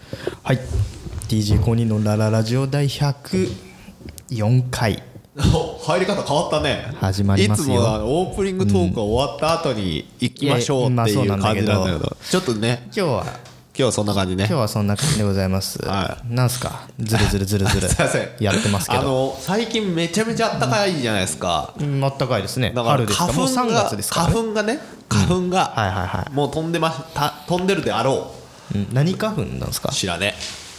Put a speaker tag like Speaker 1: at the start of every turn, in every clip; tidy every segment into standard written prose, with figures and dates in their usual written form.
Speaker 1: はい、 DJ 公認のラララジオ第104回
Speaker 2: 入り方変わったね。
Speaker 1: 始まりますよ。
Speaker 2: いつもオープニングトークが終わった後に行きましょうっていう感じなんだけど、ちょっとね
Speaker 1: 今
Speaker 2: 日はそんな感じね。
Speaker 1: 今日はそんな感じでございます、
Speaker 2: はい、
Speaker 1: なんすかずるずるすいませんやってますけど、
Speaker 2: 最近めちゃめちゃ暖かいじゃないですか。
Speaker 1: 暖かいですね。
Speaker 2: だから
Speaker 1: 春ですか。もう3月ですか、ね、
Speaker 2: 花粉が、はいはいはい、もう飛んでるであろ
Speaker 1: う、何花粉なんですか。
Speaker 2: 知らね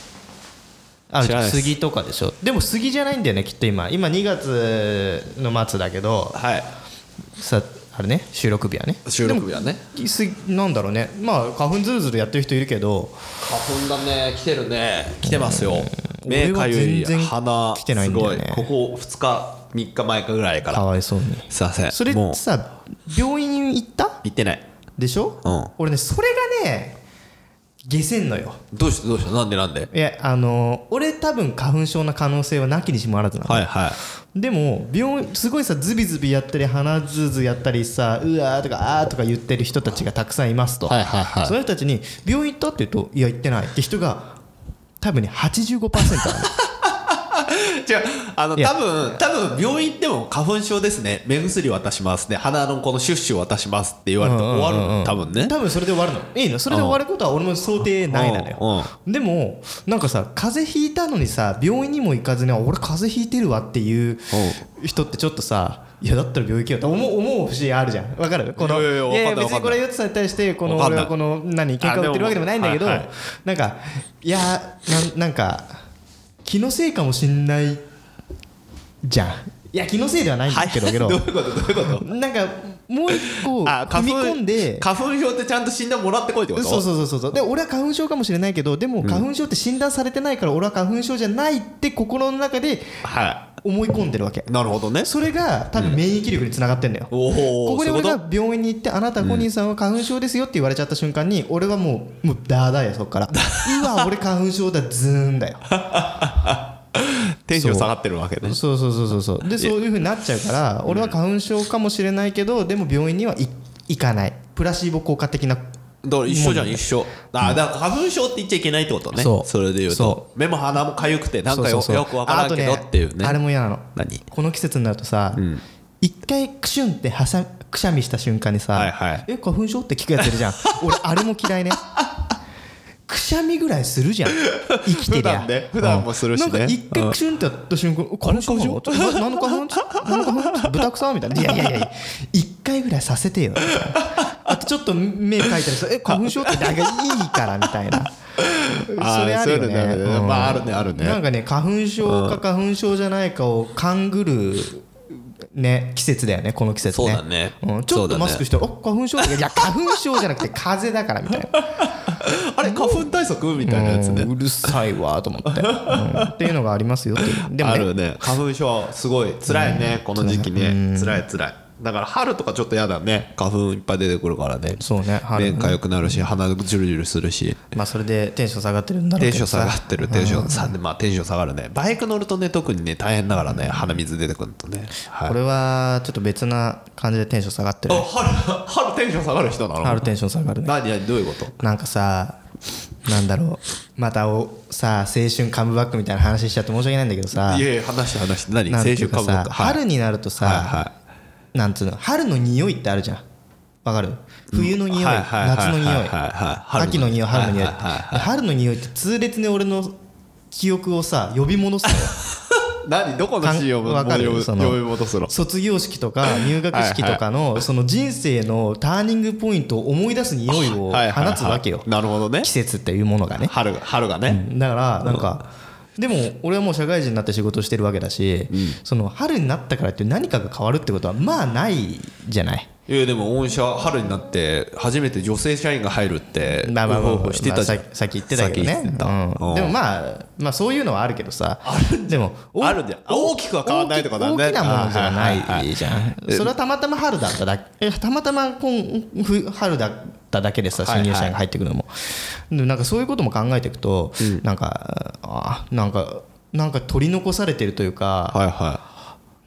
Speaker 1: 杉とかでしょ。でも杉じゃないんだよねきっと。今2月の末だけど、
Speaker 2: はい、
Speaker 1: さあれね、収録日はねなんだろうね、まあ花粉ずるずるやってる人いるけど、
Speaker 2: 花粉だね。来てるね。来てますよ。目かゆい、鼻
Speaker 1: 来てないんだよね。
Speaker 2: ここ2日3日前かぐらいから。
Speaker 1: かわいそうに。
Speaker 2: すいません。
Speaker 1: それさ、病院行った？
Speaker 2: 行ってない
Speaker 1: でしょ、うん、俺ねそれがね下せんのよ。
Speaker 2: どうしたなんで。
Speaker 1: いや俺多分花粉症の可能性はなきにしもあらずなの。
Speaker 2: はいはい。
Speaker 1: でもすごいさ、ズビズビやったり鼻ズーズーやったりさ、うわーとかあーとか言ってる人たちがたくさんいますと、はいはいはい、その人たちに病院行ったって言うと、いや行ってないって人が多分ね 85% ある
Speaker 2: 違う、多分病院行っても花粉症ですね、目薬渡しますね、鼻のこのシュッシュ渡しますって言われて終わるの、多分ね。多
Speaker 1: 分それで終わるの。いいの、それで終わることは俺も想定内なのよ。でもなんかさ、風邪ひいたのにさ病院にも行かずに、俺風邪ひいてるわっていう人ってちょっとさ、いやだったら病院行けよって思う節あるじゃん。わかる？このいや別にこれ4つに対して俺はこの喧嘩売ってるわけでもないんだけど、なんかいやなんか気のせいかもしんないじゃん。いや気のせいではないんですけど、はい、
Speaker 2: どういうこと
Speaker 1: なんかもう一個踏み込んで、
Speaker 2: 花粉症ってちゃんと診断もらってこいってこと？
Speaker 1: そうで、俺は花粉症かもしれないけど、でも花粉症って診断されてないから、俺は花粉症じゃないって心の中で思い込んでるわけ。
Speaker 2: なるほどね。
Speaker 1: それが多分免疫力につながってんだよ。ここで俺が病院に行って、あなたコニーさんは花粉症ですよって言われちゃった瞬間に、俺はもうダーダーよ、そっからうわ俺花粉症だ、ズーンだよ
Speaker 2: テンション下がってるわけね。
Speaker 1: そうで、そういう風になっちゃうから、俺は花粉症かもしれないけど、でも病院には行かない。プラシーボ効果的な。
Speaker 2: だから一緒じゃん、一緒。だから花粉症って言っちゃいけないってことね。それで言うと目も鼻も痒くてなんかよくわからんけどっていうね。
Speaker 1: あれも嫌なの。この季節になるとさ、一回クシュンってくしゃみした瞬間にさ、花粉症って聞くやついるじゃん俺あれも嫌いねくしゃみぐらいするじゃん、生きてりゃ。
Speaker 2: 普段もするしね。
Speaker 1: なんか一回クシュンってやった瞬間、花粉症何の花粉豚草みたいな。いや一回ぐらいさせてよ。あとちょっと目描いたりさ、花粉症ってなんかいいからみたいな。それあるよね。
Speaker 2: まああるね。
Speaker 1: なんかね、花粉症か花粉症じゃないかを勘ぐるね、季節だよね、この季節ね。
Speaker 2: そうだね。
Speaker 1: ちょっとマスクして、花粉症って、いや花粉症じゃなくて風邪だからみたいな
Speaker 2: あれ花粉対策みたいなやつね。
Speaker 1: うるさいわと思ってっていうのがありますよって。
Speaker 2: でもね、あるね。花粉症すごい辛いね、この時期ね。辛いだから春とかちょっとやだね。花粉いっぱい出てくるからね。
Speaker 1: そうね、
Speaker 2: 目かゆくなるし、鼻ジュルジュルするし、
Speaker 1: まあそれでテンション下がってるんだろうけど。
Speaker 2: テンション下がってる。テンション下がるね。バイク乗るとね、特にね大変だからね、鼻水出てくるとね。
Speaker 1: これはちょっと別な感じでテンション下がってる。
Speaker 2: 春テンション下がる人なの？
Speaker 1: 春テンション下がるね。
Speaker 2: どういうこと？
Speaker 1: なんかさ、なんだろう、またさ、青春カムバックみたいな話しちゃって申し訳ないんだけどさ。
Speaker 2: いや話して何？青春カムバック。
Speaker 1: 春になるとさ、なんつうの、春の匂いってあるじゃん。わかる？冬の匂い、夏の匂い、秋の匂い、春の匂い。春の匂いって痛烈に俺の記憶をさ呼び戻すのよ。
Speaker 2: どこのシーンを呼び戻すの？卒
Speaker 1: 業式とか入学式とかのその人生のターニングポイントを思い出す匂いを放つわけよ。
Speaker 2: なるほどね。
Speaker 1: 季節っていうものがね。
Speaker 2: 春がね。
Speaker 1: だからなんか。でも俺はもう社会人になって仕事してるわけだし、その春になったからって何かが変わるってことはまあないじゃない。
Speaker 2: いやでも御社春になって初めて女性社員が入るって
Speaker 1: してたじゃん。さっき言ってたけどね。でもまあそういうのはあるけどさ、でも
Speaker 2: あるじゃん。大きくは変わらないとかだね。
Speaker 1: 大きなものじゃないじゃん。それはたまたま春だっただけ、たまたま春だっただけでさ、新入社員が入ってくるのも。なんかそういうことも考えていくと、なんか取り残されてるというか、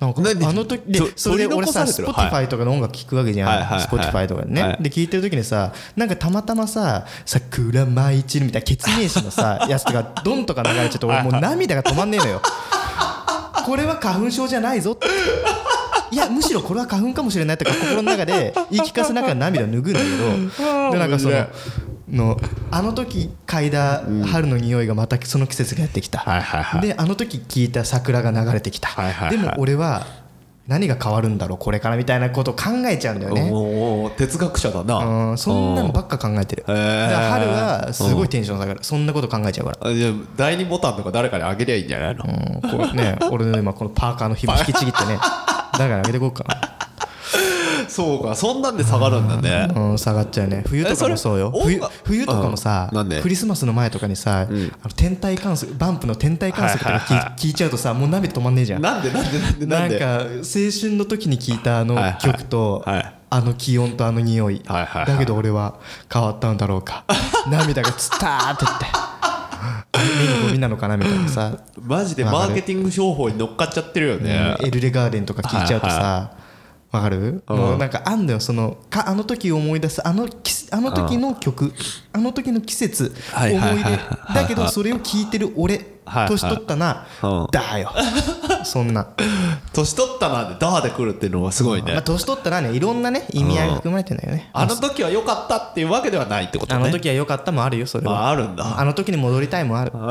Speaker 1: なんかあの時でそれで俺さ Spotify とかの音楽聴くわけじゃん、Spotify とかでね、で聴いてる時にさなんかたまたまさ桜舞い散るみたいなケツメイシのさやつとかドンとか流れちゃって俺もう涙が止まんねえのよこれは花粉症じゃないぞっていやむしろこれは花粉かもしれないとか心の中で言い聞かせながら涙を拭うんだけどでなんかそのあの時嗅いだ春の匂いがまたその季節がやってきた、であの時聞いた桜が流れてきた、でも俺は何が変わるんだろうこれからみたいなことを考えちゃうんだよね。
Speaker 2: お哲学者だな。
Speaker 1: そんなのばっか考えてる。だから春はすごいテンション下がる。そんなこと考えちゃうから。
Speaker 2: じゃあ第2ボタンとか誰かにあげりゃいいんじゃないの。
Speaker 1: これね俺の今このパーカーの紐引きちぎってね誰かにあげてこうかな。
Speaker 2: そうかそんなんで下がるんだね。
Speaker 1: 下がっちゃうね。冬とかもそうよ。冬とかもさクリスマスの前とかにさ天体観測バンプの天体観測とか聞いちゃうとさもう涙止まんねえじゃん。
Speaker 2: なんで
Speaker 1: なんか青春の時に聞いたあの曲とあの気温とあの匂いだけど俺は変わったんだろうか涙がつったーってって目にゴミなのかなみたいなさ
Speaker 2: マジでマーケティング商法に乗っかっちゃってるよね。
Speaker 1: エルレガーデンとか聞いちゃうとさわかる？もうなんかあんだよそのあの時を思い出すあの時の曲あの時の季節思い出だけどそれを聞いてる俺年取ったなだよそんな
Speaker 2: 年取ったなでだーで来るっていうのはすごいね。
Speaker 1: 年取ったらねいろんなね意味合いが含まれてるんだよね。
Speaker 2: あの時は良かったっていうわけではないってことね。
Speaker 1: あの時は良かったもあるよそれは。
Speaker 2: あるんだ。
Speaker 1: あの時に戻りたいもある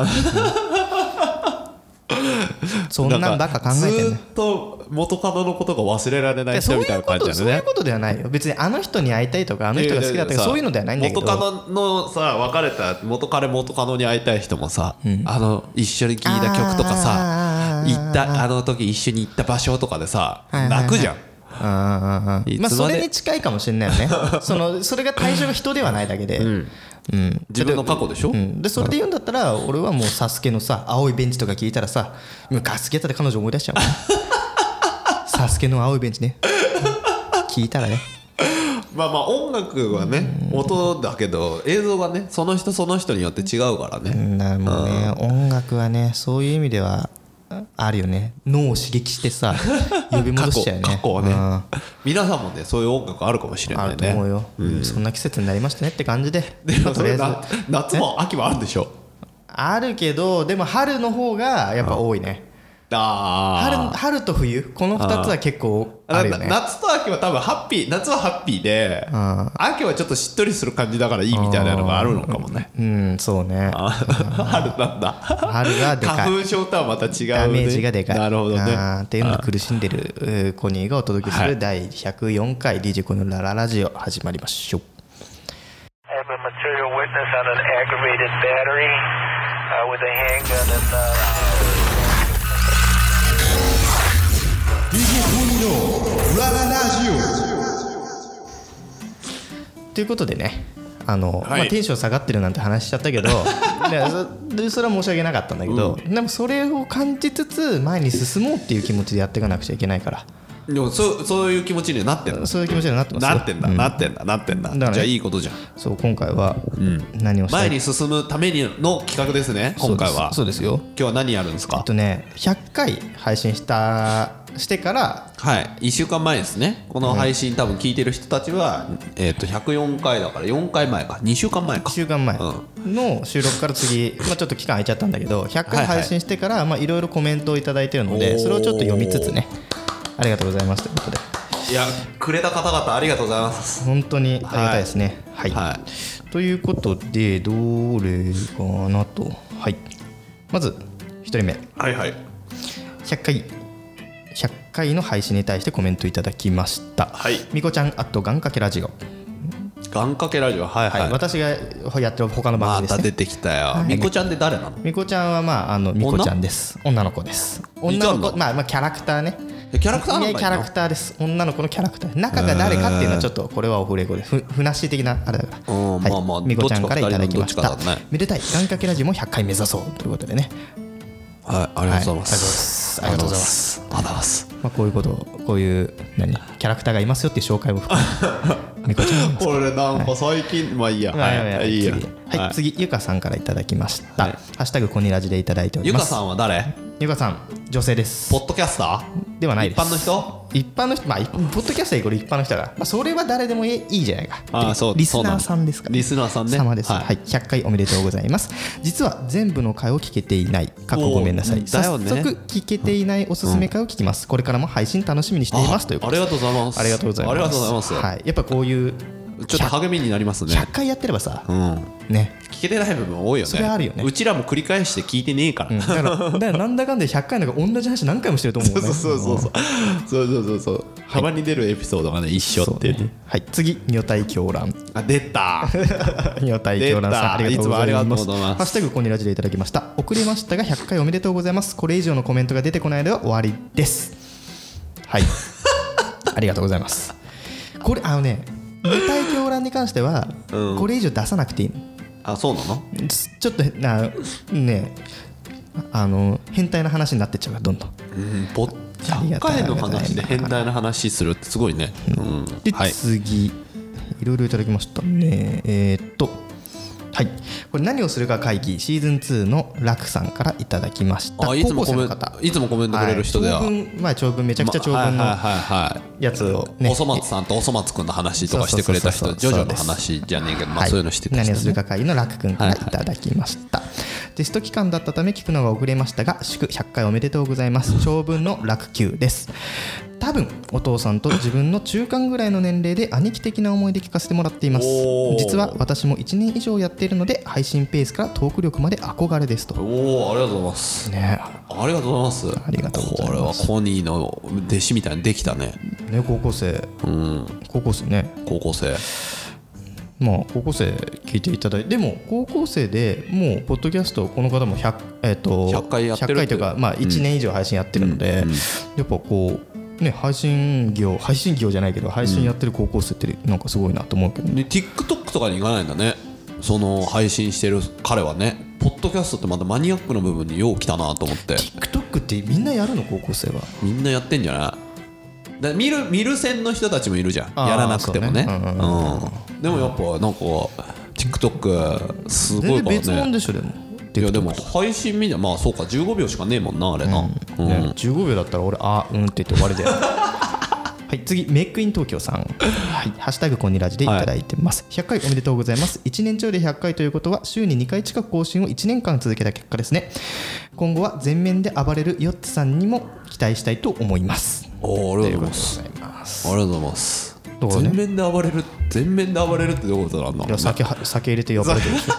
Speaker 1: そんなんばっか考えてんね。
Speaker 2: ずっと元カノのことが忘れられない人みたいな感じだね。
Speaker 1: そういうことではないよ。別にあの人に会いたいとかあの人が好きだったとかそういうのではないんだけど、
Speaker 2: 元カノのさ別れた元カノに会いたい人もさ、一緒に聴いた曲とかさ行ったあの時一緒に行った場所とかでさ泣くじゃん。
Speaker 1: まあそれに近いかもしれないよねそれが対象が人ではないだけで、
Speaker 2: 自分の過去でしょ、
Speaker 1: でそれで言うんだったら俺はもうサスケのさ青いベンチとか聞いたらさ昔付き合った彼女思い出しちゃうサスケの青いベンチね聞いたらね
Speaker 2: まあ音楽はね音だけど映像がねその人によって違うからね。
Speaker 1: もうね音楽はねそういう意味ではあるよね。脳を刺激してさ呼び戻しちゃうよね。
Speaker 2: 過去はね皆さんもねそういう音楽あるかもしれないね。
Speaker 1: あると思うよ、そんな季節になりましたねって感じで。
Speaker 2: でもそれ夏も秋もあるでしょ。あ
Speaker 1: るけどでも春の方がやっぱ多いね。春と冬この2つは結構あるよね。
Speaker 2: 夏と秋は多分夏はハッピーで秋はちょっとしっとりする感じだからいいみたいなのがあるのかもね。
Speaker 1: そうね
Speaker 2: 春なんだ。
Speaker 1: 春がでかい。
Speaker 2: 花粉症とはまた違う、ね、
Speaker 1: ダメージがでかい。
Speaker 2: なるほどね。
Speaker 1: っていうのに苦しんでるコニーがお届けする第104回 DJ コニーのラララジオ始まりましょう。ということでねテンション下がってるなんて話しちゃったけどそれは申し訳なかったんだけど、でもそれを感じつつ前に進もうっていう気持ちでやっていかなくちゃいけないから。
Speaker 2: でもそういう気持ちにはなってんだ。
Speaker 1: そういう気持ちにはなってますよ。な
Speaker 2: ってんだ、じゃあいいことじゃん。
Speaker 1: そう今回は何をしたい、
Speaker 2: 前に進むための企画ですね今回は。
Speaker 1: そうですよ。
Speaker 2: 今日は何やるんですか。
Speaker 1: 100回配信してから
Speaker 2: 1週間前ですね。この配信多分聞いてる人たちは104回だから4回前か2週間前か
Speaker 1: 1週間前の収録から次ちょっと期間空いちゃったんだけど100回配信してからいろいろコメントをいただいてるのでそれをちょっと読みつつねありがとうございますということで。
Speaker 2: いやくれた方々ありがとうございます。
Speaker 1: 本当にありがたいですね。ということでどれかなと。まず1人目100回の配信に対してコメントいただきました。みこちゃん願掛けラジオ。
Speaker 2: 願掛けラジオ
Speaker 1: 私がやってる他の番組ですね。
Speaker 2: また出てきたよ。みこちゃんって誰なの。
Speaker 1: みこちゃんはみこちゃんです。女の子です。女の子キャラクターね。
Speaker 2: キャラクターなんだ。
Speaker 1: キャラクターです。女の子のキャラクター。中が誰かっていうのはちょっとこれはオフレコでふなっしー的なあれだから。みこちゃんからいただきました。めでたい願掛けラジオも100回目指そうということでね。
Speaker 2: ありがとうございます。
Speaker 1: ありがとうございます。こういうキャラクターがいますよっていう紹介も含めみこちゃん。
Speaker 2: これなんか最近いいや。
Speaker 1: 次ゆかさんからいただきました。ハッシュタグコニラジでいただいております。
Speaker 2: ゆかさんは誰？
Speaker 1: ゆかさん女性です。
Speaker 2: ポッドキャスター？
Speaker 1: ではないです。
Speaker 2: 一般の人、
Speaker 1: 一般の人、まあポッドキャスターイコール一般の人だから、まあ、それは誰でもいいじゃないか。
Speaker 2: あ、そう、
Speaker 1: リスナーさんですから、
Speaker 2: リスナーさんね、
Speaker 1: 様です、
Speaker 2: はい、
Speaker 1: はい、100回おめでとうございます。実は全部の回を聞けていない、過去ごめんなさい、
Speaker 2: だよね、
Speaker 1: 早速聞けていないおすすめ回を聞きます、これからも配信楽しみにしていますということで。
Speaker 2: ありがとうございます。
Speaker 1: ありがとうございます。
Speaker 2: ありがとうございます。
Speaker 1: はい、やっぱこういう
Speaker 2: ちょっと励みになりますね。
Speaker 1: 100回やってればさ、ね、
Speaker 2: 聞けてない部分多いよね。
Speaker 1: それあるよね。
Speaker 2: うちらも繰り返して聞いてねえから、
Speaker 1: だからなんだかんだ100回なんか同じ話何回もしてると思うね。
Speaker 2: そう幅に出るエピソードがね一緒っていうね。
Speaker 1: はい、次、女体狂乱。
Speaker 2: あ、出た
Speaker 1: 女体狂乱さん、ありがとうございます。
Speaker 2: いつもありがとうございます。
Speaker 1: ハッシュタグコニラジでいただきました。遅れましたが100回おめでとうございます。これ以上のコメントが出てこないでは終わりです。はいありがとうございます。これ女体狂乱に関しては、これ以上出さなくていいの。
Speaker 2: あ、そうなの。
Speaker 1: ちょっとね、変態な話になってっちゃうからどんどん、
Speaker 2: 100回の話で変態な話するってすごいね。
Speaker 1: で、次いろいろいただきましたね。はい、これ何をするか会議シーズン2のラクさんからいただきました。
Speaker 2: いつもコメントくれる人では、
Speaker 1: 長文めちゃくちゃ長文のやつをね、
Speaker 2: おそ松さんとおそ松くんの話とかしてくれた人、ジョジョの話じゃねえけど、そういうのしてた人ね。
Speaker 1: 何をするか会議のラクくんからいただきました。テスト期間だったため聞くのが遅れましたが、祝100回おめでとうございます。長文のラク Q です。多分お父さんと自分の中間ぐらいの年齢で兄貴的な思いで聞かせてもらっています。実は私も1年以上やっているので、配信ペースからトーク力まで憧れですと。
Speaker 2: おお、ありがとうございますね。ありがとうございます。
Speaker 1: ありがとうございます。
Speaker 2: これはコニーの弟子みたいにできたね。
Speaker 1: 高校生、高校生ね。高校生聞いていただいて、でも高校生でもうポッドキャストこの方も100回やってるというか、1年以上配信やってるので、やっぱこうね、配信業じゃないけど配信やってる高校生ってなんかすごいなと思うけどね。
Speaker 2: TikTok とかに行かないんだね、その配信してる彼はね。ポッドキャストってまたマニアックな部分によう来たなと思って。
Speaker 1: TikTok ってみんなやるの？高校生は
Speaker 2: みんなやってんじゃない？だ見る線の人たちもいるじゃん、やらなくてもね。でもやっぱなんか TikTok すごいからね。
Speaker 1: 別物でしょ。でも
Speaker 2: いやでも配信見て、まあそうか、15秒しかねえもんな、あれな。
Speaker 1: 15秒だったら俺って言って終わりだよはい、次、メイクイン東京さん、はい、ハッシュタグコニラジでいただいてます。100回おめでとうございます。1年超で100回ということは週に2回近く更新を1年間続けた結果ですね。今後は全面で暴れるヨッツさんにも期待したいと思います。
Speaker 2: ありがとうございます。ありがとうございます。全面で暴れるってどういうことなんだろうね。いや、
Speaker 1: 酒入れて呼ばれてるでしょ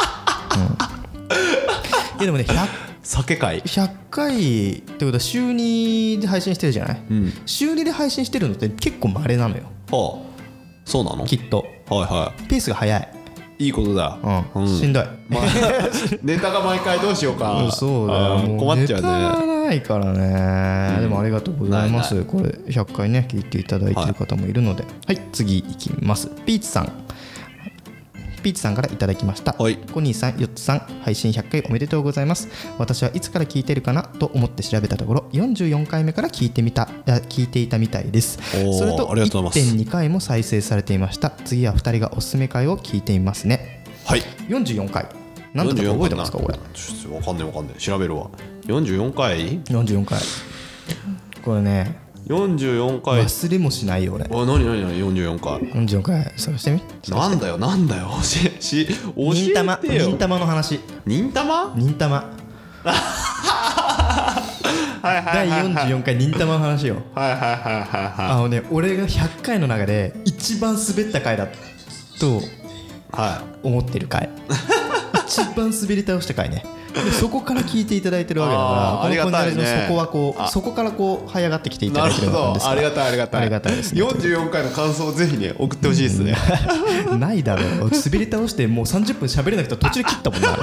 Speaker 1: いやでもね、
Speaker 2: 酒会
Speaker 1: 100回ってことは週2で配信してるじゃない、週2で配信してるのって結構稀なのよ。
Speaker 2: そうなの？
Speaker 1: きっと、ペースが早い。い
Speaker 2: いことだ。
Speaker 1: しんどい、
Speaker 2: ネタが毎回どうしようか。
Speaker 1: そうだよ、もう
Speaker 2: 困っちゃうね。
Speaker 1: ネタがないからね。でもありがとうございます。これ100回ね聞いていただいている方もいるので、はい、次いきます。ピーチさんからいただきました。コニーさん、ヨッツさん、配信100回おめでとうございます。私はいつから聞いてるかなと思って調べたところ、44回目から聞いていたみたいです。それと 1.2 回も再生されていました。次は2人がおすすめ回を聞いていますね。はい、44回何だったか覚えてますか？これ
Speaker 2: ちょっとわかんない調べるわ。44回
Speaker 1: これね、44回忘れもしないよ俺。
Speaker 2: 何44回
Speaker 1: 探してみ。
Speaker 2: なんだよ教えてよ。
Speaker 1: 忍たまの話。忍たま第44回忍たまの話よ。俺が100回の中で一番滑った回だと思ってる回一番滑り倒した回ね。そこから聞いていただいてるわけだから、このコニラジのそこからこう這い上がってきていただいてるんですから。
Speaker 2: ありがたいですね。44回の感想をぜひね送ってほしいですね。
Speaker 1: ないだろう。滑り倒してもう30分喋れなくて途中で切ったもんな。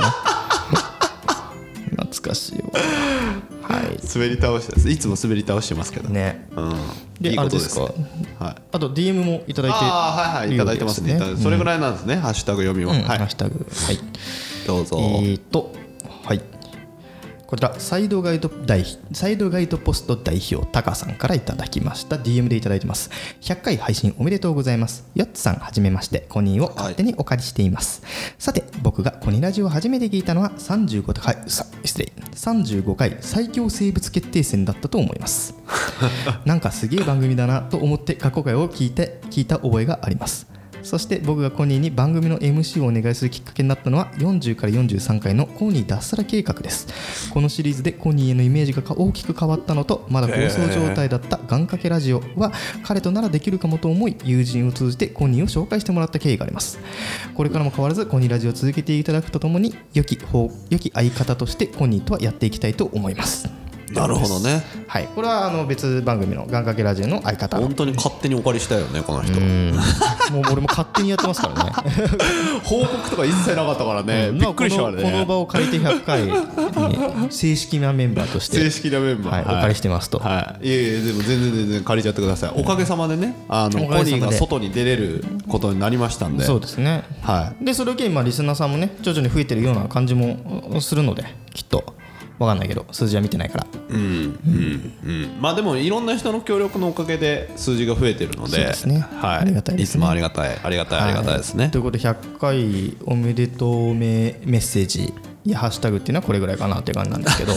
Speaker 1: 懐かしいよ。
Speaker 2: 滑り倒していつも滑り倒してますけどね。
Speaker 1: で、あれですか。あと DM もいただいて
Speaker 2: いただいてますね。それぐらいなんですね。ハッシュタグ読みは。
Speaker 1: ハッシュタグ、はい、
Speaker 2: どうぞ。
Speaker 1: はい、 こちらサイドガイドポスト代表タカさんからいただきました。 DM でいただいてます。100回配信おめでとうございます。ヨッツさんはじめまして。コニーを勝手にお借りしています、さて僕がコニラジを初めて聞いたのは35回最強生物決定戦だったと思いますなんかすげえ番組だなと思って過去回を聞いた覚えがあります。そして僕がコニーに番組の MC をお願いするきっかけになったのは40から43回のコニー脱サラ計画です。このシリーズでコニーへのイメージが大きく変わったのと、まだ構想状態だった願掛けラジオは彼とならできるかもと思い、友人を通じてコニーを紹介してもらった経緯があります。これからも変わらずコニーラジオを続けていただくとともに、良き相方としてコニーとはやっていきたいと思います。
Speaker 2: なるほどね。
Speaker 1: はい、これは別番組の願掛けラジオの相方。
Speaker 2: 本当に勝手にお借りしたよねこの人。
Speaker 1: もう俺も勝手にやってますからね
Speaker 2: 報告とか一切なかったからね、びっくりしたね。
Speaker 1: この場を借りて100回に正式なメンバーとして
Speaker 2: 正式なメンバー、
Speaker 1: はい、お借りしてますと。
Speaker 2: はい、いやいやでも全然借りちゃってください。おかげさまでね、コニーが外に出れることになりましたんで。
Speaker 1: そうですね、
Speaker 2: はい、
Speaker 1: でそれを機にリスナーさんもね徐々に増えてるような感じもするので、きっと分かんないけど数字は見てないから。
Speaker 2: まあでもいろんな人の協力のおかげで数字が増えてるので、
Speaker 1: そうですね、
Speaker 2: はい、
Speaker 1: ありがたいですね。
Speaker 2: いつもありがたいですね、
Speaker 1: ということで100回おめでとうメッセージやハッシュタグっていうのはこれぐらいかなっていう感じなんですけど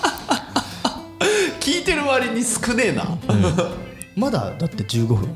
Speaker 2: 聞いてる割に少ねえな、
Speaker 1: まだだって15分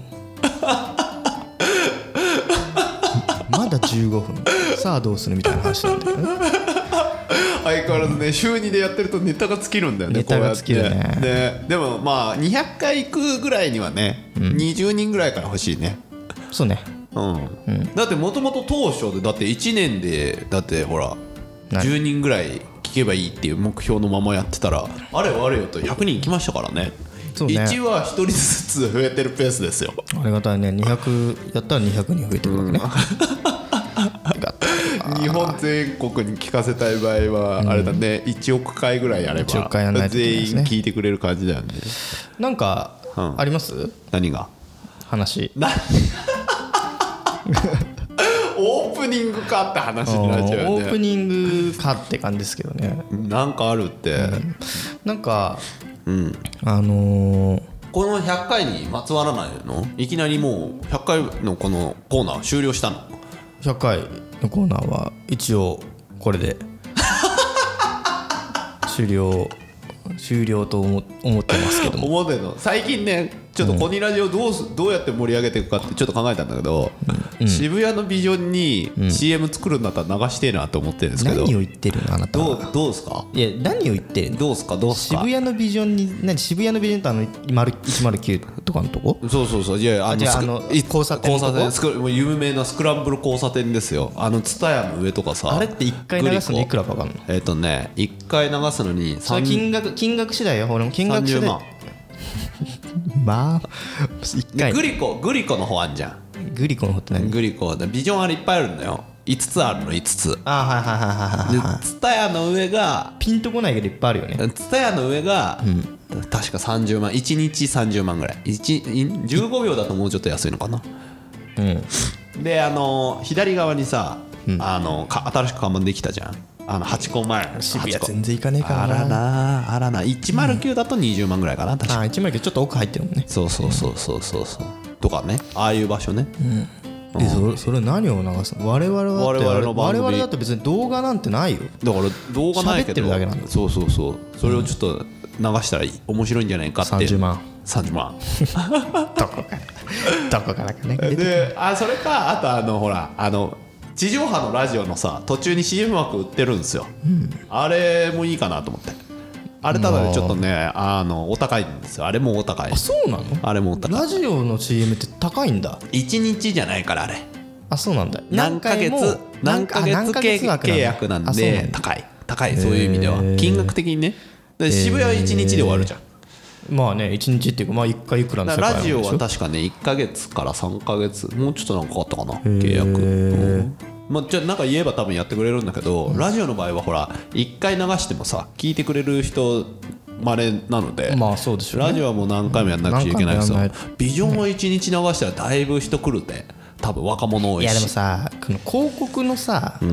Speaker 1: まだ15分さあどうするみたいな話なんだよね
Speaker 2: 相変わらずね、週2でやってるとネタが尽きるんだよね。
Speaker 1: ネタが尽きるね。
Speaker 2: でもまあ200回行くぐらいにはね、20人ぐらいから欲しいね。
Speaker 1: そうね、
Speaker 2: だってもともと当初でだって1年でだってほら10人ぐらい聞けばいいっていう目標のままやってたら、あれよあれよと100人行きましたからね。
Speaker 1: そうね、
Speaker 2: 1は1人ずつ増えてるペースですよ。
Speaker 1: ありがたいね。200やったら200人増えてるわけね、
Speaker 2: 日本全国に聞かせたい場合はあれだね、1億回ぐらいやれば
Speaker 1: 1億回やらないといけないですね。
Speaker 2: 全員聞いてくれる感じだよね。
Speaker 1: なんかあります？
Speaker 2: 何が？
Speaker 1: 話
Speaker 2: オープニングかって話になっちゃうよね。
Speaker 1: オープニングかって感じですけどね。
Speaker 2: なんかあるって、
Speaker 1: なんか、
Speaker 2: この100回にまつわらないの？いきなりもう100回のこのコーナー終了したの
Speaker 1: ？100回のコーナーは一応これで終了と思ってますけども、
Speaker 2: 思ってんの。最近ねちょっとコニラジオどうやって盛り上げていくかってちょっと考えたんだけど、渋谷のビジョンに CM 作るんだったら流してえなと思ってるんですけど、
Speaker 1: 何を言ってるのあなたは。
Speaker 2: どうですか？
Speaker 1: いや何を言ってるの？
Speaker 2: どうすか
Speaker 1: 渋谷のビジョンに渋谷のビジョンって109とかのとこ？
Speaker 2: そういや
Speaker 1: 交差点のとこ？
Speaker 2: もう有名なスクランブル交差点ですよ。ツタヤの上とかさ。
Speaker 1: あれって1回流すのいくらかかんの
Speaker 2: ？1回流すのに
Speaker 1: それ金額次第よ。俺も金額次第。
Speaker 2: 30万
Speaker 1: まあ1回
Speaker 2: グリコの方あんじゃん。
Speaker 1: グリコの方って何？
Speaker 2: グリコビジョンあれいっぱいあるんだよ。5つあるの5つ。
Speaker 1: はい
Speaker 2: ツタヤの上が
Speaker 1: ピンとこないけどいっぱいあるよね。
Speaker 2: ツタヤの上が、確か30万1日30万ぐらい。15秒だともうちょっと安いのかな。で左側にさ、新しく看板できたじゃん。8個前
Speaker 1: 渋谷全然行かねえからな。
Speaker 2: あらな109だと20万ぐらいかな。確か
Speaker 1: 109ちょっと奥入ってるもんね。
Speaker 2: そうとかね、ああいう場所ね。
Speaker 1: それ何を流すの？我々だって別に動画なんてないよ。
Speaker 2: だから動画ないけど
Speaker 1: 喋ってるだけなんだ。
Speaker 2: そうそれをちょっと流したら面白いんじゃないかって。
Speaker 1: 30万
Speaker 2: どこからかね。でそれかあとほら地上波のラジオのさ途中に CM 枠売ってるんですよ、あれもいいかなと思って。あれただでちょっとねお高いんですよ。あれもお高い。
Speaker 1: あ、そうなの？
Speaker 2: あれもお高い。
Speaker 1: ラジオの CM って高いんだ。
Speaker 2: 1日じゃないからあれ。
Speaker 1: あ、そうなんだ。
Speaker 2: 何ヶ月契約なんで高い。そういう意味では金額的にね。渋谷は1日で終わるじゃん。
Speaker 1: まあね、1日っていうか、まあ1回いくらの世界
Speaker 2: ラジオは確かね1ヶ月から3ヶ月もうちょっとなんかかったかな契約。じゃあなんか言えば多分やってくれるんだけど、ラジオの場合はほら1回流してもさ聞いてくれる人まれなので、
Speaker 1: まあそうでしょうね。
Speaker 2: ラジオはもう何回もやんなくちゃいけないですよ。ビジョンを1日流したらだいぶ人来るんで多分若者多いし。
Speaker 1: いやでもさこの広告のさ、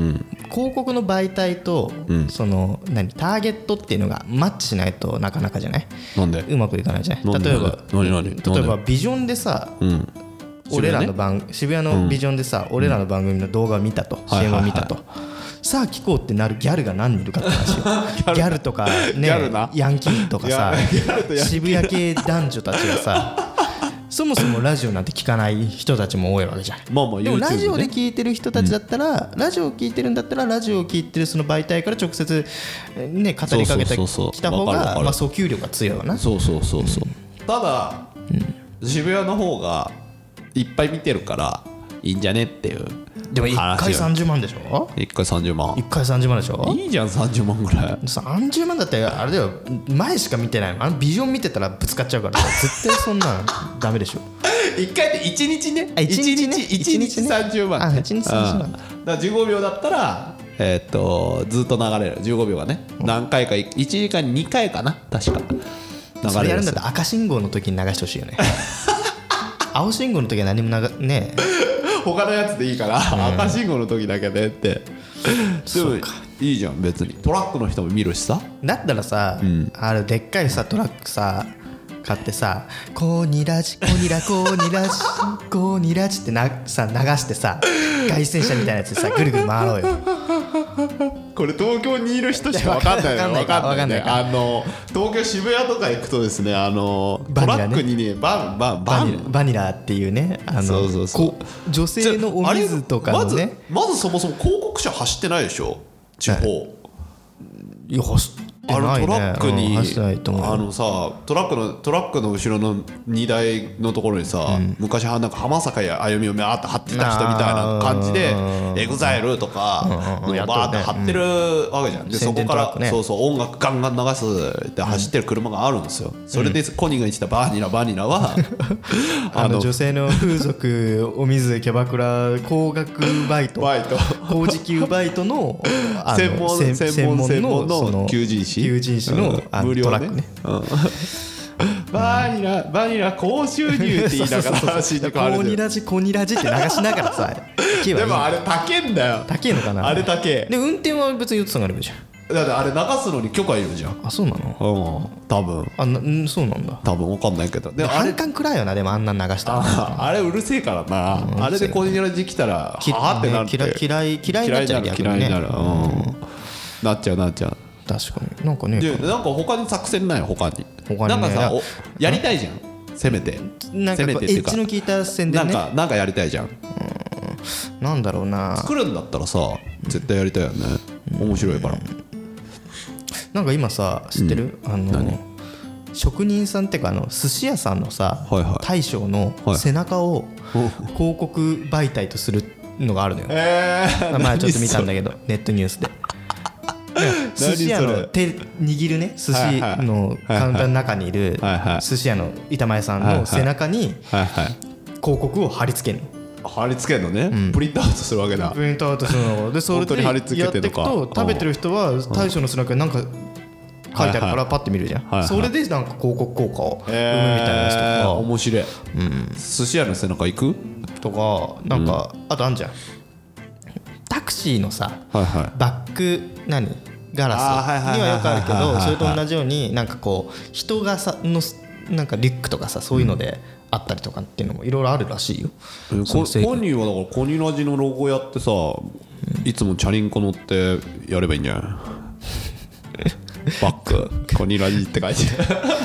Speaker 1: 広告の媒体と、そのターゲットっていうのがマッチしないとなかなかじゃない？
Speaker 2: なんで
Speaker 1: うまくいかないじゃない？例えばビジョンでさ、俺らの渋谷のビジョンでさ、俺らの番組の動画を見たと、CM を見たと、さあ聞こうってなるギャルが何人いるかって話よ。ギャルとかね、ヤンキーとかさ、渋谷系男女たちがさ、そもそもラジオなんて聞かない人たちも多いわけじゃん。でもラジオで聞いてる人たちだったら、ラジオを聞いてるんだったら、ラジオを聞いてるその媒体から直接ね語りかけてきた方が訴求力が強いわな。
Speaker 2: そうただ、渋谷の方がいっぱい見てるからいいんじゃねっていう。
Speaker 1: でも1回30万でしょ。
Speaker 2: 1回30万
Speaker 1: 1回30万でしょ。
Speaker 2: いいじゃん30万ぐらい。
Speaker 1: 30万だってあれだよ、前しか見てないの。ビジョン見てたらぶつかっちゃうから絶対そんなのダメでしょ。
Speaker 2: 1回って1日ね。1日30万。
Speaker 1: 1日30万。
Speaker 2: だから15秒だったらずっと流れる。15秒がね、何回か、1時間に2回かな確か流れる。
Speaker 1: それやるんだったら赤信号の時に流してほしいよね。青信号の時は何もね
Speaker 2: 他のやつでいいから、赤信号の時だけでって。でもいいじゃん別に。トラックの人も見るしさ。
Speaker 1: だったらさ、あれでっかいさトラックさ買ってさ、コニラジコニラコニラジコニラジってさ流してさ、凱旋車みたいなやつでさぐるぐる回ろうよ。
Speaker 2: これ東京にいる人しか分かんないの。分かんない。東京渋谷とか行くとですね、トラックにね
Speaker 1: バニラっていうね、女性のお水とかのね。
Speaker 2: まずそもそも広告車走ってないでしょ地方。
Speaker 1: いや走ってないね。
Speaker 2: トラックに
Speaker 1: 走ってないと思う。
Speaker 2: さトラックの後ろの荷台のところにさ、昔はなんか浜坂や歩みをバーッと貼ってた人みたいな感じでエグザイルとかバーッと貼ってるわけじゃん。でそこから音楽ガンガン流すって走ってる車があるんですよ。それでコニーが言ってたバニラは
Speaker 1: 女性の風俗お水キャバクラ高額バイト高時給バイトの
Speaker 2: 専門の求人誌
Speaker 1: の
Speaker 2: 無料
Speaker 1: トラックね。
Speaker 2: バニラ高収入って言いながら新宿歩いてる。
Speaker 1: コニラジって流しながらさ。
Speaker 2: でもあれ高えんだよ。
Speaker 1: 高えのかな。
Speaker 2: あれ高え。
Speaker 1: で運転は別にヨッツさんがあればいいじゃん。
Speaker 2: だってあれ流すのに許可いるじゃん。
Speaker 1: あ、そうなの？
Speaker 2: 多分。
Speaker 1: そうなんだ。
Speaker 2: 多分分かんないけど。
Speaker 1: でも反感くらいよな。でもあんな流したら。
Speaker 2: あれうるせえからな。あれでコニラジ来たらはーってなって
Speaker 1: 嫌いになっちゃう。
Speaker 2: 嫌いになる。なっちゃう。
Speaker 1: 確かになんかね。
Speaker 2: なんか他に作戦ない他に。なんかさやりたいじゃん。せめて
Speaker 1: なんかエッジの効いた宣伝ね。
Speaker 2: なんかやりたいじゃん。
Speaker 1: なんだろうな。
Speaker 2: 作るんだったらさ絶対やりたいよね。面白いから。
Speaker 1: なんか今さ知ってる？職人さんってか寿司屋さんのさ大将の背中を広告媒体とするのがあるのよ。前ちょっと見たんだけどネットニュースで。寿司屋の手握るね寿司のカウンターの中にいる寿司屋の板前さんの背中に広告を貼り付けるの。
Speaker 2: 貼り付けるのね。プリントアウトするわけだ。
Speaker 1: プリントアウトするので、それでやっていくと食べてる人は大将の背中になんか書いてあるからパッて見るじゃん。それでなんか広告効果を生むみたいなやつとか。
Speaker 2: 面白い。寿司屋の背中行く
Speaker 1: とかなんかあとあんじゃん。タクシーのさバックガラスにはよくあるけど、それと同じようになんかこう人がさのなんかリュックとかさそういうのであったりとかっていうのもいろいろあるらしいよ。
Speaker 2: コニーはだからコニラジのロゴやってさ、いつもチャリンコ乗ってやればいいんじゃない？バックコニラジって書いて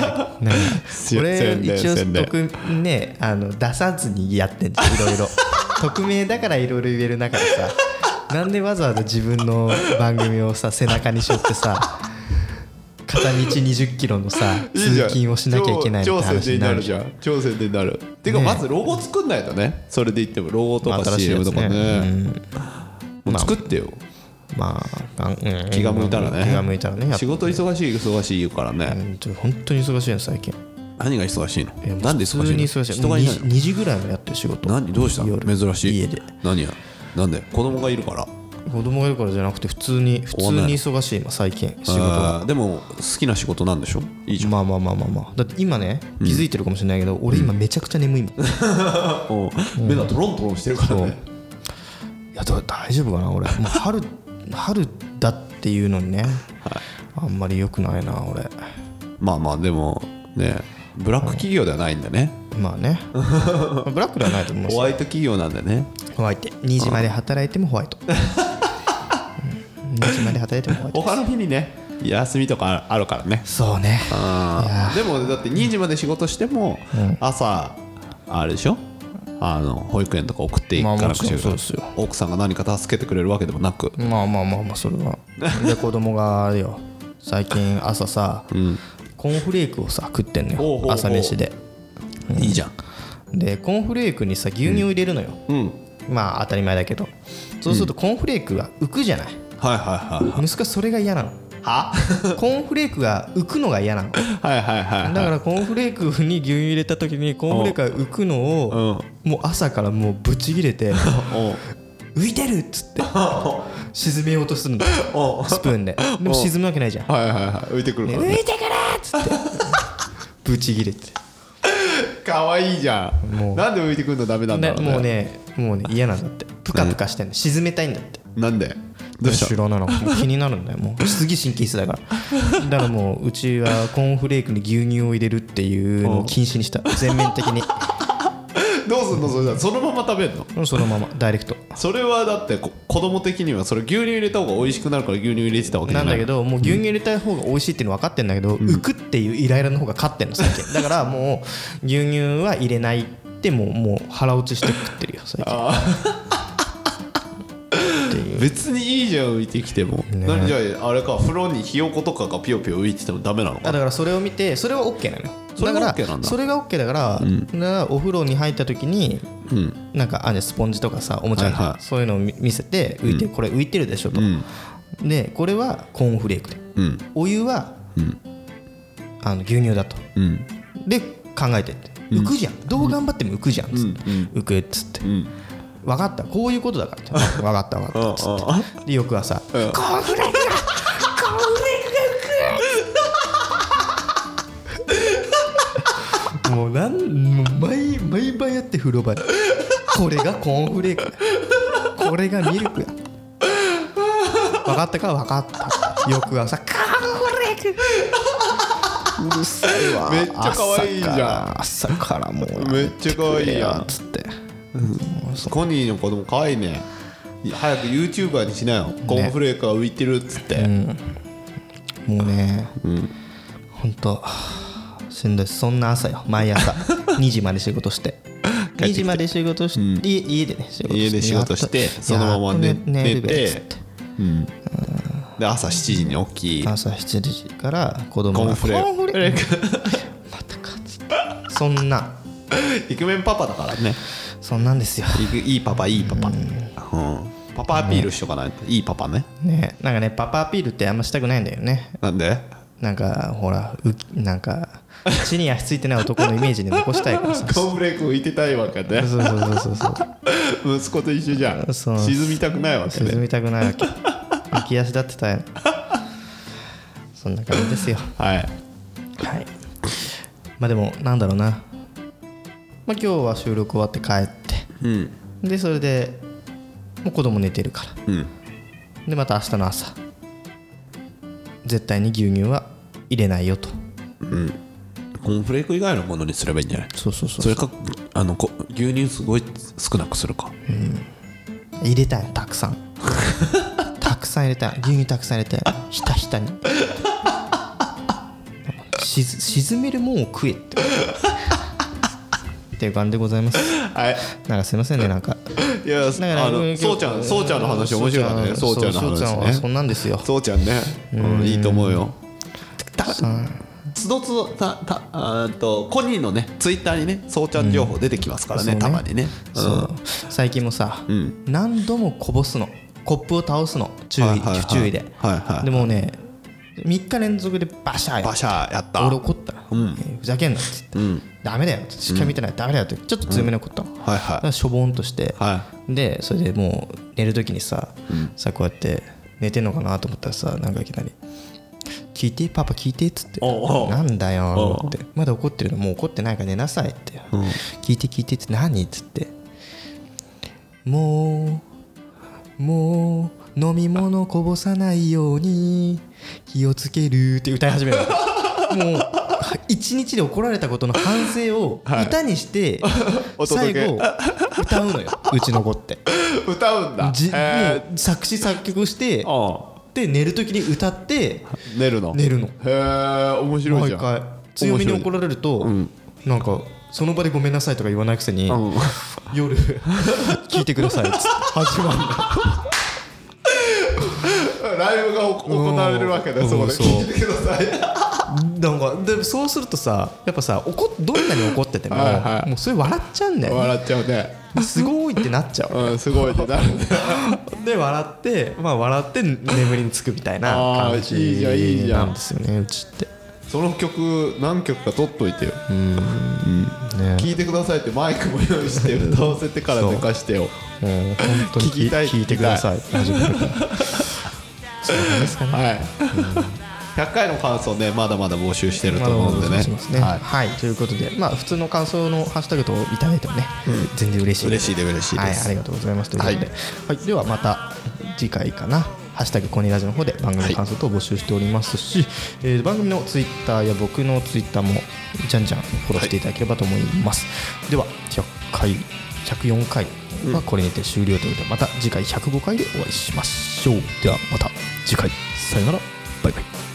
Speaker 1: 俺一応ね出さずにやってんじゃん。いろいろ匿名だからいろいろ言える中でさ、なんでわざわざ自分の番組をさ背中に背負ってさ片道20キロのさ通勤をしなきゃいけないって話になるじゃん。
Speaker 2: 超宣伝になる。てかまずロゴ作んないとね。それで言ってもロゴとか CM とかね、もう作ってよ。気が向いたらね。仕事忙しい言うからね。
Speaker 1: 本当に忙しいの最近。
Speaker 2: 何が忙しいの？なんで忙しいの？
Speaker 1: 人がいないの。2時ぐらいもやってる仕事。
Speaker 2: どうしたの？珍しい。
Speaker 1: 家で。
Speaker 2: なんで？子供がいるから。
Speaker 1: 子供がいるからじゃなくて普通に忙しい今最近仕事が。でも
Speaker 2: 好きな仕事なんでしょ？いいじゃん。
Speaker 1: まあだって今ね気づいてるかもしれないけど、俺今めちゃくちゃ眠いもん。
Speaker 2: 目がトロントロンしてるからね。
Speaker 1: いや大丈夫かな俺。もう春春だっていうのにね、あんまり良くないな俺。
Speaker 2: まあまあでもねブラック企業ではないんだね。
Speaker 1: まあねブラックではないと思うし、
Speaker 2: ホワイト企業なんだね。
Speaker 1: ホワイト2時まで働いてもホワイト、2時まで働いてもホワイト。
Speaker 2: 他の日にね休みとかあるからね。
Speaker 1: そうね。
Speaker 2: でもだって2時まで仕事しても朝あれでしょ、保育園とか送っていかなくちゃいけない。奥さんが何か助けてくれるわけでもなく、
Speaker 1: まあそれはで子供があれよ、最近朝さ、コーンフレークをさ食ってんのよ、朝飯で。
Speaker 2: いいじゃん。
Speaker 1: でコーンフレークにさ牛乳入れるのよ、まあ当たり前だけど、そうするとコーンフレークが浮くじゃない。息子はそれが嫌なの。はコーンフレークが浮くのが嫌なの。だからコーンフレークに牛乳入れた時にコーンフレークが浮くのをもう朝からもうぶち切れて浮いてるっつって沈めようとするのスプーンで。でも沈むわけないじゃん。
Speaker 2: 浮いてくるからね。
Speaker 1: 浮いてくるっつってぶち切れて。
Speaker 2: かわいいじゃん。なんで浮いてくるのダメなんだろうね。もうね嫌なんだって。プカプカしてんの、沈めたいんだって。なんでどうした？
Speaker 1: 知らないの。気になるんだよ。もう次神経質だから。だからもううちはコーンフレークに牛乳を入れるっていうのを禁止にした。全面的に。
Speaker 2: どうすんのそれだ。そのまま食べるの？
Speaker 1: そのままダイレクト。
Speaker 2: それはだって子供的にはそれ牛乳入れた方が美味しくなるから牛乳入れてたわけじゃない。
Speaker 1: なんだけどもう牛乳入れた方が美味しいっていうの分かってんだけど、浮くっていうイライラの方が勝ってんの最近。だからもう牛乳は入れないってもう腹落ちして食ってるよ最近。
Speaker 2: 別にいいじゃん浮いてきても、何じゃああれか風呂にひよことかがピヨピヨ浮いててもダメなのか。
Speaker 1: だからそれを見てそれは OK なのよ。だからそれが OK だから、お風呂に入った時に、なんかスポンジとかさおもちゃにそういうのを見せて浮いて、これ浮いてるでしょと、でこれはコーンフレークで、お湯は、牛乳だと、で考えてって浮くじゃん、どう頑張っても浮くじゃんっつって、浮くっつって、分かったこういうことだからって分かったっつってで翌朝コーンフレークが浮くもう毎晩やって風呂場でこれがコーンフレークこれがミルクや分かったか分かった翌朝コーンフレークうるさいわ
Speaker 2: めっちゃ可愛いじゃん
Speaker 1: 朝からもう
Speaker 2: めっちゃ可愛いやん
Speaker 1: つって
Speaker 2: コニーの子供可愛いね。早く YouTuber にしなよ、コーンフレークが浮いてるっつって、
Speaker 1: もうねほんとしんどい。そんな朝よ毎朝2時まで仕事して2時まで仕事して、家でね
Speaker 2: 家で仕事してそのまま寝てで朝7時に起き
Speaker 1: 朝7時から子供が
Speaker 2: コーンフレーク
Speaker 1: またかっつってそんな
Speaker 2: イクメンパパだからね。
Speaker 1: そんなんですよ。
Speaker 2: いいパパいいパパ、パパアピールしとかないと、いいパパね。
Speaker 1: なんかねパパアピールってあんましたくないんだよね。
Speaker 2: なんで？
Speaker 1: なんかほらなんか地に足ついてない男のイメージで残したいからさ。
Speaker 2: コーンフレーク浮いてたいわけね。
Speaker 1: そう
Speaker 2: 息子と一緒じゃん。沈みたくないわけね。
Speaker 1: 沈みたくないわけ。浮き足立ってたよ。そんな感じですよ。はいまあでもなんだろうな、今日は収録終わって帰って、でそれでもう子供寝てるから、でまた明日の朝絶対に牛乳は入れないよと、
Speaker 2: コーンフレーク以外のものにすればいいんじゃない？それか牛乳すごい少なくするか、
Speaker 1: 入れたいたくさんたくさん入れたい、牛乳たくさん入れたい、ひたひたに沈めるもんを食えっていう感じでございます。はい。なんかすいませんね、なんか。
Speaker 2: いや、そうちゃんの話面白いね。そうちゃんの話ね。そうちゃんは
Speaker 1: そんなんですよ。
Speaker 2: そうちゃんね。いいと思うよ。つどつどコニーのねツイッターにねそうちゃん情報出てきますからね、たまにね。
Speaker 1: 最近もさ、何度もこぼすの、コップを倒すの、不注意で。でもね。3日連続でバシャーやった。俺怒ったら、ふざけんなっつって、ダメだよってしっかり見てない、ダメだよってちょっと強めに怒ったの。しょぼんとして、でそれでもう寝る時にさこうやって寝てんのかなと思ったらさ、なんかいきなり聞いてパパ聞いてっつって、なんだよって、まだ怒ってるの？もう怒ってないから寝なさいって、聞いてって何っつって、もう飲み物こぼさないように気をつけるって歌い始めるもう一日で怒られたことの反省を歌にして最後歌うのようちの子って
Speaker 2: 歌うんだ。
Speaker 1: もう作詞作曲してで寝る時に歌って
Speaker 2: 寝るの。
Speaker 1: へ
Speaker 2: え面白いじゃん。
Speaker 1: 毎回強めに怒られるとなんかその場でごめんなさいとか言わないくせに夜聞いてくださいっつって始まるの
Speaker 2: ライブが行われるわけでそこで聞いてください
Speaker 1: なんかでそうするとさやっぱさどんなに怒っててももうそれ笑っちゃうんだよね。
Speaker 2: 笑っちゃうね。
Speaker 1: すごいってなっちゃう、
Speaker 2: すごいってなるね
Speaker 1: で笑って眠りにつくみたいな感じなんですよねうちって。
Speaker 2: その曲何曲か取っといてよ。聞いてくださいってマイクも用意して歌わせてから寝かしてよ。
Speaker 1: 本当に聞いてください。そうですかね。
Speaker 2: はい。100回の感想ねまだまだ募集してると思うんでね。
Speaker 1: はいということで普通の感想のハッシュタグといただいてもね全然嬉しいです。
Speaker 2: 嬉しいです。
Speaker 1: ありがとうございますということでではまた次回かな。ハッシュタグコニラジの方で番組の感想等を募集しておりますし、番組のツイッターや僕のツイッターもじゃんじゃんフォローしていただければと思います、では104回はこれにて終了ということでまた次回105回でお会いしましょう。ではまた次回さよならバイバイ。